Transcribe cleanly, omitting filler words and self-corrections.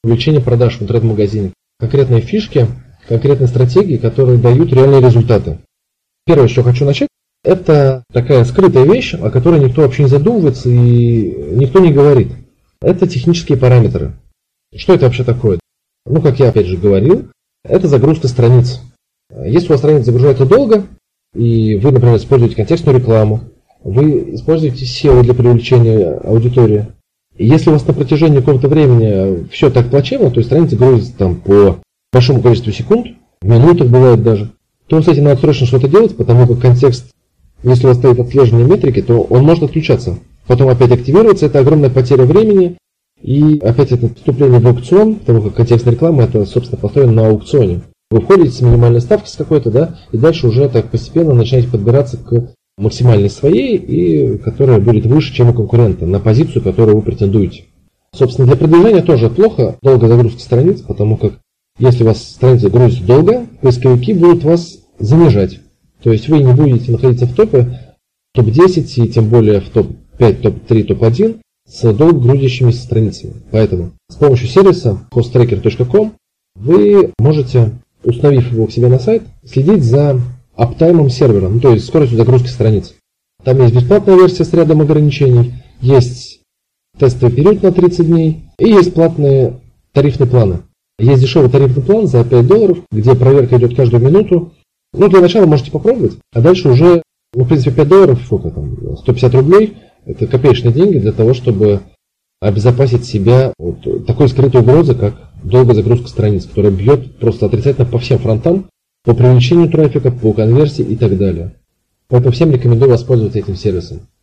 увеличение продаж в интернет-магазине. Конкретные фишки, конкретные стратегии, которые дают реальные результаты. Первое, что хочу начать, это такая скрытая вещь, о которой никто вообще не задумывается и никто не говорит. Это технические параметры. Что это вообще такое? Как я опять же говорил, это загрузка страниц. Если у вас страница загружается долго, и вы, например, используете контекстную рекламу, вы используете SEO для привлечения аудитории, и если у вас на протяжении какого-то времени все так плачевно, то есть страница грузится по большому количеству секунд, в минутах бывает даже, то с этим надо срочно что-то делать, потому как контекст, если у вас стоит отслеживание метрики, то он может отключаться. Потом опять активироваться, это огромная потеря времени, и опять это вступление в аукцион, потому как контекстная реклама, это, собственно, построено на аукционе. Вы входите с минимальной ставки с какой-то, и дальше уже так постепенно начинаете подбираться к максимальной своей, и которая будет выше, чем у конкурента, на позицию, которую вы претендуете. Собственно, для продвижения тоже плохо долго загрузка страниц, потому как если у вас страница грузится долго, поисковики будут вас занижать. То есть вы не будете находиться в топе, топ-10 и тем более в топ-5, топ-3, топ-1 с долго грузящимися страницами. Поэтому с помощью сервиса hosttracker.com вы можете, установив его к себе на сайт, следить за аптаймом сервера, то есть скоростью загрузки страниц. Там есть бесплатная версия с рядом ограничений, есть тестовый период на 30 дней и есть платные тарифные планы. Есть дешевый тарифный план за $5, где проверка идет каждую минуту. Для начала можете попробовать, а дальше уже, в принципе, $5, сколько там, 150 рублей, это копеечные деньги для того, чтобы обезопасить себя от такой скрытой угрозы, как долгая загрузка страниц, которая бьет просто отрицательно по всем фронтам, по привлечению трафика, по конверсии и так далее. Поэтому всем рекомендую воспользоваться этим сервисом.